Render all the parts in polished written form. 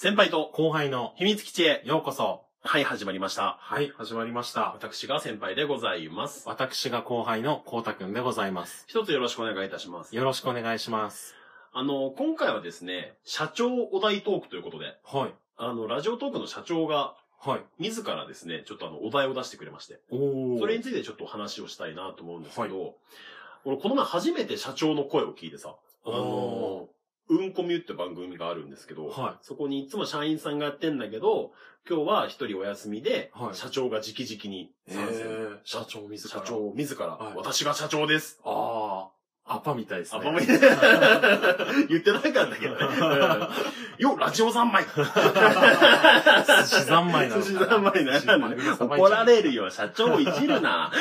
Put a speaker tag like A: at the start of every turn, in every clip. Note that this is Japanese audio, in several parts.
A: 先輩と
B: 後輩の
A: 秘密基地へ
B: ようこそ。
A: はい、始まりました。
B: はい、始まりました。
A: 私が先輩でございます。
B: 私が後輩のこうたくんでございます。
A: 一つよろしくお願いいたします。
B: よろしくお願いします。
A: 今回はですね、社長お題トークということで、
B: はい。
A: ラジオトークの社長が、
B: はい。
A: 自らですね、ちょっとお題を出してくれまして、それについてちょっとお話をしたいなと思うんですけど、はい、俺この前初めて社長の声を聞いてさ、うんこみゅって番組があるんですけど、はい、そこにいつも社員さんがやってんだけど、今日は一人お休みで、はい、社長が直々に参戦。
B: 社長自ら。
A: 社長自ら、はい、私が社長です。
B: アパみたいですね。
A: アパみたい。言ってなかったけどね。よ、ラジオ三昧。寿
B: 司三昧なの。
A: 寿司三昧なの。怒られるよ、社長いじるな。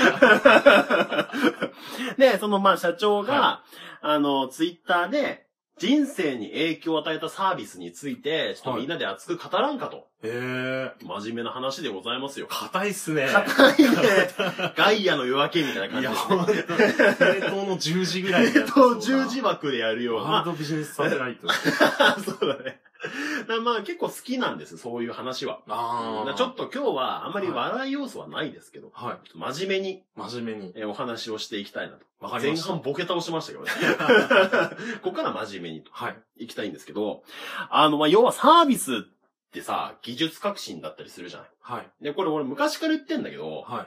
A: で、社長が、はい、ツイッターで、人生に影響を与えたサービスについて、ちょっとみんなで熱く語らんかと。
B: 真
A: 面目な話でございますよ。
B: 硬いっすね。
A: 硬いね。ガイアの夜明けみたいな感じですね。
B: 冷凍の10時ぐらい。
A: 冷凍10時枠でやるような。
B: ハードビジネスサテライト。
A: そうだね。まあ結構好きなんです、そういう話は。ちょっと今日はあんまり笑い要素はないですけど、はい、真面目にお話をしていきたいなと。前半ボケ倒しましたけどね。ここから真面目にと。はい。いきたいんですけど、要はサービスってさ、技術革新だったりするじゃない。はい。で、これ俺昔から言ってんだけど、はい。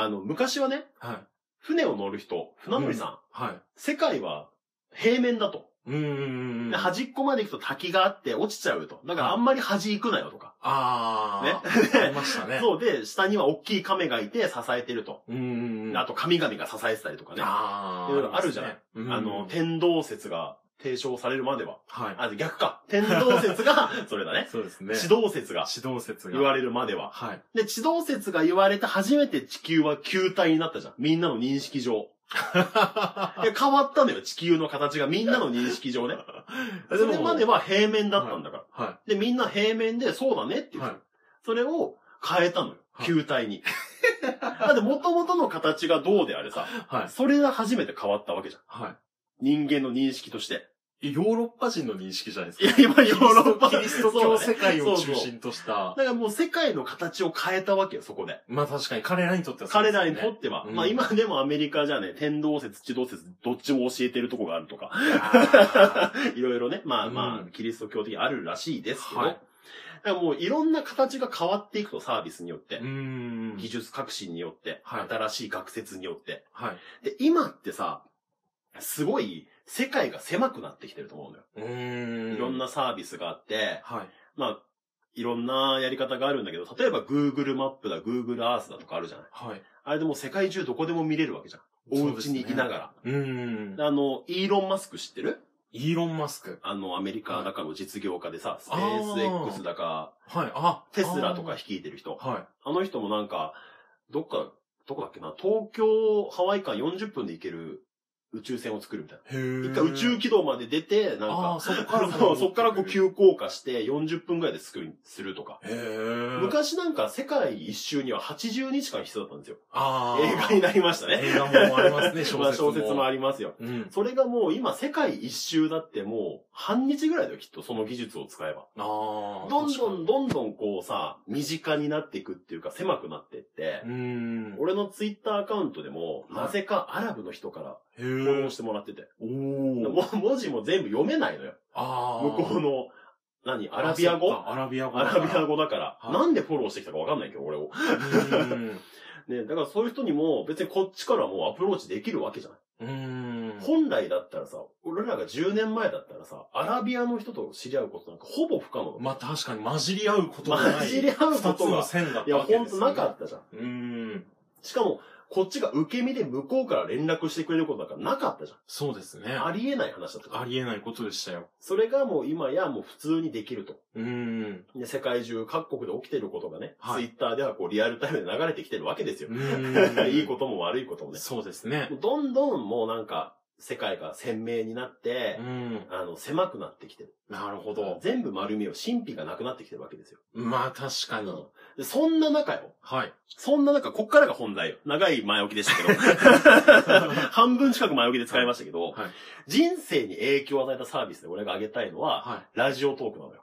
A: 昔はね、はい。船を乗る人、船乗りさん。はい。世界は平面だと。端っこまで行くと滝があって落ちちゃうと。だからあんまり端行くなよとか。ね。
B: ありましたね。
A: そうで、下には大きい亀がいて支えてると。あと神々が支えてたりとかね。いろいろあるじゃない。天動説が提唱されるまでは。はい。逆か。天動説が、それだね。
B: そうですね。
A: 地動説が言われるまでは。はい。で、地動説が言われて初めて地球は球体になったじゃん。みんなの認識上。変わったのよ、地球の形がみんなの認識上ね。それまでは平面だったんだから。はい。で、みんな平面でそうだねっていう。はい。それを変えたのよ、球体に。だって元々の形がどうであれさ。はい。それが初めて変わったわけじゃん。はい。人間の認識として。
B: ヨーロッパ人の認識じゃないです
A: か。いや、今ヨーロッパ。
B: キリスト教世界を中心とした。
A: だからもう世界の形を変えたわけよ、そこで。
B: まあ確かに彼らにとっては
A: そうですね。彼らにとっては。まあ今でもアメリカじゃね、天動説、地動説、どっちも教えてるとこがあるとか。いろいろね、まあ、キリスト教的にあるらしいですけど。はい。だからもういろんな形が変わっていくと、サービスによって。技術革新によって。はい。新しい学説によって。はい。で、今ってさ、すごい、世界が狭くなってきてると思うのよ。いろんなサービスがあって、はい。まあ、いろんなやり方があるんだけど、例えば Google マップだ、Google Earth だとかあるじゃない。はい。あれでも世界中どこでも見れるわけじゃん。お家にいながら。イーロン・マスク知ってる？
B: イーロン・マスク。
A: アメリカだかの実業家でさ、スペース X だか、はい。テスラとか率いてる人。はい。あの人もなんか、どこだっけな、東京、ハワイ間40分で行ける、宇宙船を作るみたいな。一回宇宙軌道まで出て、なんか、そっからこう急降下して40分ぐらいでするとか。昔なんか世界一周には80日間必要だったんですよ。映画になりましたね。
B: 映画もありますね、
A: 小説もありますよ。それがもう今世界一周だってもう半日ぐらいだよ、きっとその技術を使えば。どんどんこうさ、身近になっていくっていうか狭くなっていって、俺のツイッターアカウントでも、なぜかアラブの人から、フォローしてもらってて。文字も全部読めないのよ。向こうの、アラビア語
B: アラビア語
A: だから。なんでフォローしてきたかわかんないけど、俺を。ね、だからそういう人にも別にこっちからもうアプローチできるわけじゃない。本来だったらさ、俺らが10年前だったらさ、アラビアの人と知り合うことなんかほぼ不可能。
B: まあ確かに混じり合うことがない。
A: 混じり合うことが。
B: 二つの線だっ
A: たわけですよね。いや、ほんとなかったじゃん。しかも、こっちが受け身で向こうから連絡してくれることなんかなかったじゃん。
B: そうですね。
A: ありえない話だったじゃん。
B: ありえないことでしたよ。
A: それがもう今やもう普通にできると。で、世界中各国で起きてることがね、ツイッターではこうリアルタイムで流れてきてるわけですよ。いいことも悪いこともね。
B: そうですね。
A: どんどんもうなんか、世界が鮮明になって、狭くなってきてる。
B: なるほど。
A: 全部丸みを、神秘がなくなってきてるわけですよ。
B: まあ確かに。
A: でそんな中よ。
B: はい。
A: そんな中、こっからが本題よ。長い前置きでしたけど。半分近く前置きで使いましたけど、はい、人生に影響を与えたサービスで俺が挙げたいのは、はい、ラジオトークなのよ。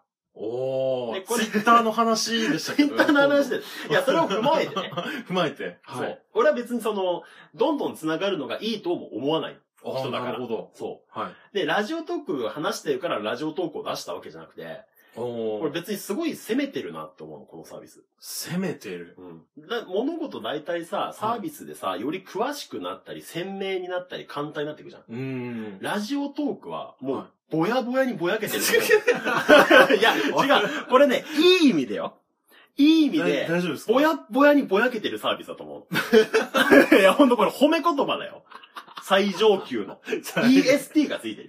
B: おー。
A: でこれ
B: ツイッターの話でしたけど。
A: ツイッターの話で。いや、それを踏まえてね。
B: 踏まえて。
A: そう。俺は別にどんどん繋がるのがいいとも思わない人だから。
B: なるほど。
A: そ
B: はい。
A: う。で、ラジオトーク話してるからラジオトークを出したわけじゃなくて、
B: おー。
A: これ別にすごい攻めてるなって思うの、このサービス。
B: 攻めてる。
A: 物事大体さ、サービスでさ、より詳しくなったり、鮮明になったり、簡単になっていくじゃん。ラジオトークは、もう、ぼやぼやにぼやけてる。いや、違う。これね、いい意味でよ。いい意味で、
B: 大丈夫ですか？
A: ぼやぼやにぼやけてるサービスだと思う。いや、ほんとこれ褒め言葉だよ。最上級の。EST がついてる。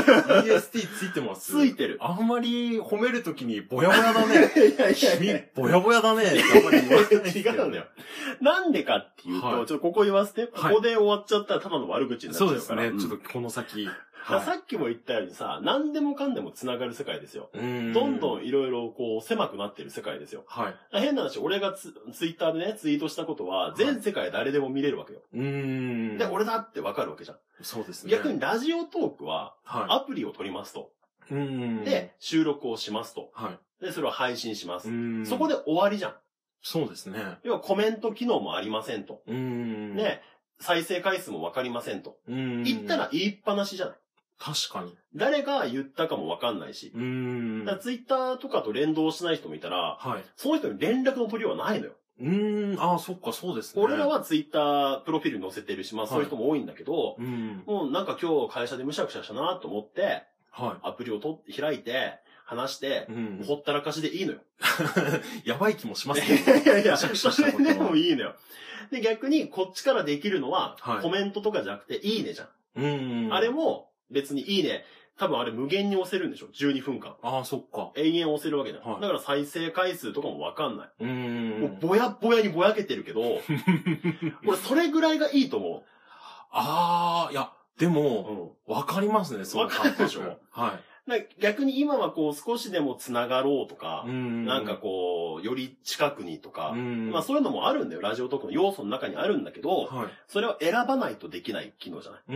B: EST ついてます？
A: ついてる。
B: あんまり褒めるときにぼやぼやだね。
A: いやいや
B: 君、ぼやぼやだね。あんまり言われない。
A: 違うんだよ。なんでかっていうと、ちょっとここ言わせて。ここで終わっちゃったらただの悪口になっちゃうから。
B: そうですね。ちょっとこの先。
A: さっきも言ったようにさ、何でもかんでも繋がる世界ですよ。どんどんいろいろこう狭くなってる世界ですよ。変な話、俺がツイッターでね、ツイートしたことは、全世界誰でも見れるわけよ。で、俺だってわかるわけじゃん。
B: そうですね。
A: 逆にラジオトークは、アプリを取りますと。で、収録をしますと。で、それを配信します。そこで終わりじゃん。
B: そうですね。
A: 要はコメント機能もありませんと。で、再生回数もわかりませんと。言ったら言いっぱなしじゃない。
B: 確かに。
A: 誰が言ったかもわかんないし。ツイッターとかと連動しない人もいたら、その人に連絡の取りようはないのよ。
B: ああ、そっか、そうですね。
A: 俺らはツイッタープロフィール載せてるし、まあそういう人も多いんだけど、もうなんか今日会社でむしゃくしゃしたなと思って、アプリを開いて、話して、ほったらかしでいいのよ。
B: やばい気もしますね。
A: いやいや、それでもいいのよ。で、逆にこっちからできるのは、コメントとかじゃなくて、いいねじゃん。あれも、別にいいね。多分あれ無限に押せるんでしょ ?12 分間。
B: ああ、そっか。
A: 永遠押せるわけじゃん。だから再生回数とかもわかんない。もうぼやぼやにぼやけてるけど、俺それぐらいがいいと思う。
B: ああ、いや、でも、わかりますね、
A: わかるでしょ
B: はい。
A: 逆に今はこう少しでも繋がろうとか、なんかこう、より近くにとか、まあそういうのもあるんだよ。ラジオトークの要素の中にあるんだけど、それを選ばないとできない機能じゃない。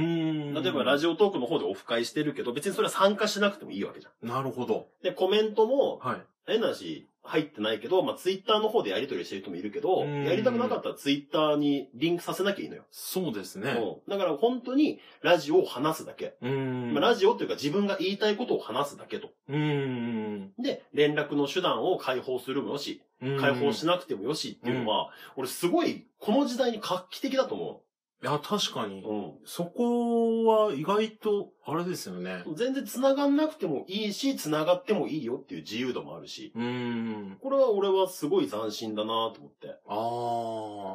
A: 例えばラジオトークの方でオフ会してるけど、別にそれは参加しなくてもいいわけじゃん。
B: なるほど。
A: で、コメントも、変な話、入ってないけど、まあツイッターの方でやり取りしてる人もいるけど、やりたくなかったらツイッターにリンクさせなきゃいいのよ。
B: そうですね。
A: だから本当にラジオを話すだけ。まあ、ラジオっていうか自分が言いたいことを話すだけと。で、連絡の手段を解放するもよし、解放しなくてもよしっていうのは、俺すごいこの時代に画期的だと思う。
B: いや、確かに。そこは意外と、あれですよね。
A: 全然繋がんなくてもいいし、繋がってもいいよっていう自由度もあるし。これは俺はすごい斬新だなと思って。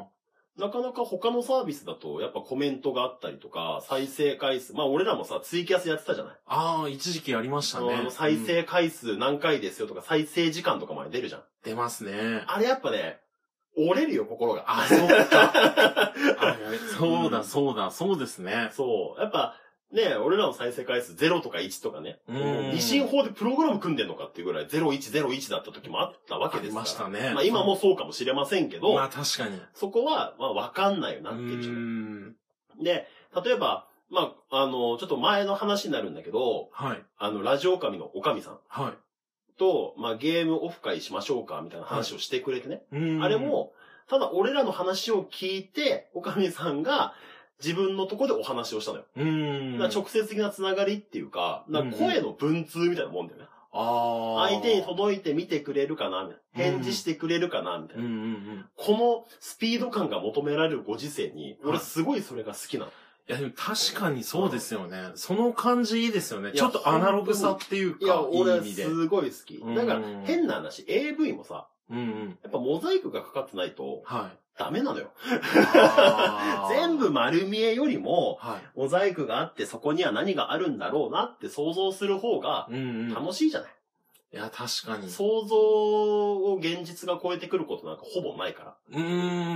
A: なかなか他のサービスだと、やっぱコメントがあったりとか、再生回数。まあ俺らもさ、ツイキャスやってたじゃない。
B: ああ、一時期ありましたね。
A: 再生回数何回ですよとか、再生時間とかまで出るじゃん。
B: 出ますね。
A: あれやっぱね、折れるよ、心が。
B: あ、そうか。そうですね。
A: そう。やっぱ、ね俺らの再生回数0とか1とかね。二進法でプログラム組んでんのかっていうぐらい0101だった時もあったわけですから。あり
B: ましたね。
A: まあ今もそうかもしれませんけど。
B: まあ確かに。
A: そこは、まあわかんないようになってるじゃん。で、例えば、まあ、ちょっと前の話になるんだけど、ラジオ神のおかみさん。と、まあ、ゲームオフ会しましょうかみたいな話をしてくれてね。あれも、ただ俺らの話を聞いて、おかみさんが自分のとこでお話をしたのよ。直接的なつながりっていうか、声の文通みたいなもんだよね。相手に届いて見てくれるかなみたいな。返事してくれるかなみたいな。このスピード感が求められるご時世に、俺すごいそれが好きなの。
B: いや、でも確かにそうですよね。その感じいいですよね。ちょっとアナログさっていうか、
A: いや、俺すごい好き。だから、変な話、AV もさ、やっぱモザイクがかかってないと、ダメなのよ。全部丸見えよりも、モザイクがあってそこには何があるんだろうなって想像する方が楽しいじゃない。
B: いや、確かに。
A: 想像を現実が超えてくることなんかほぼないから。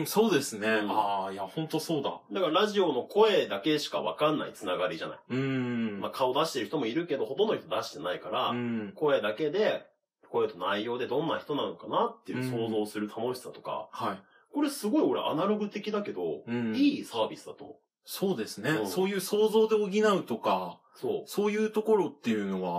B: そうですね。いや、ほんとそうだ。
A: だからラジオの声だけしかわかんないつながりじゃない。まあ顔出してる人もいるけど、ほとんどの人出してないから、声だけで、声と内容でどんな人なのかなっていう想像する楽しさとか、これすごい俺アナログ的だけど、いいサービスだと思う。
B: そうですね。そういう想像で補うとか、そういうところっていうのは、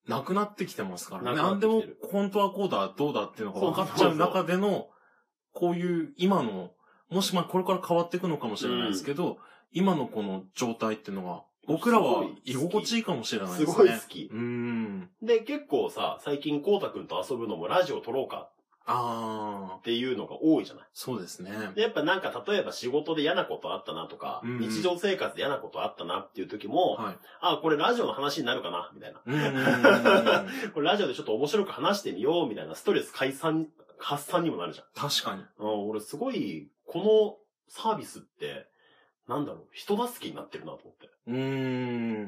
B: なくなってきてますからね。
A: なくな
B: なんでも
A: ってきてる、
B: 本当はこうだ、どうだっていうのが分かっちゃう中での、こういう今の、もしこれから変わっていくのかもしれないですけど、今のこの状態っていうのが、僕らは居心地いいかもしれないですね。
A: すごい好き。で、結構さ、最近こうたくんと遊ぶのもラジオ撮ろうか。っていうのが多いじゃない。
B: そうですね。
A: で、やっぱなんか例えば仕事で嫌なことあったなとか、日常生活で嫌なことあったなっていう時も、これラジオの話になるかなみたいな。これラジオでちょっと面白く話してみようみたいなストレス発散にもなるじゃん。
B: 確かに。
A: 俺すごい、このサービスって、なんだろう、人助けになってるなと思って。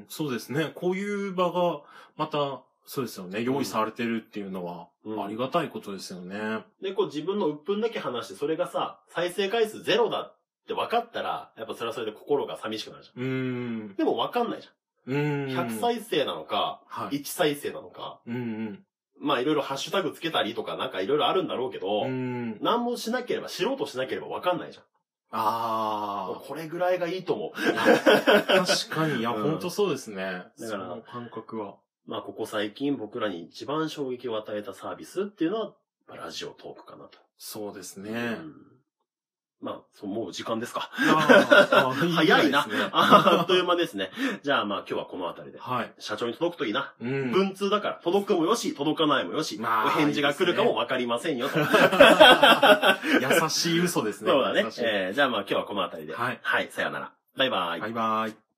B: そうですね。こういう場が、また、そうですよね。用意されてるっていうのは、ありがたいことですよね。
A: で、こう自分の鬱憤だけ話して、それがさ、再生回数ゼロだって分かったら、やっぱそれはそれで心が寂しくなるじゃん。でも分かんないじゃん。100再生なのか、1再生なのか。まあいろいろハッシュタグつけたりとかなんかいろいろあるんだろうけど、何もしなければ、知ろうとしなければ分かんないじゃん。これぐらいがいいと思う。
B: 確かに、いや、ほんとそうですね。
A: だから、
B: その感覚は。
A: まあ、ここ最近僕らに一番衝撃を与えたサービスっていうのは、ラジオトークかなと。
B: そうですね。
A: まあ、もう時間ですか。
B: 早
A: いな。あっという間ですね。じゃあまあ今日はこのあたりで。社長に届くといいな。文通だから、届くもよし、届かないもよし、お返事が来るかもわかりませんよと。
B: 優しい嘘ですね。
A: そうだね。じゃあまあ今日はこのあたりで。はい。さよなら。バイバイ。
B: バイバイ。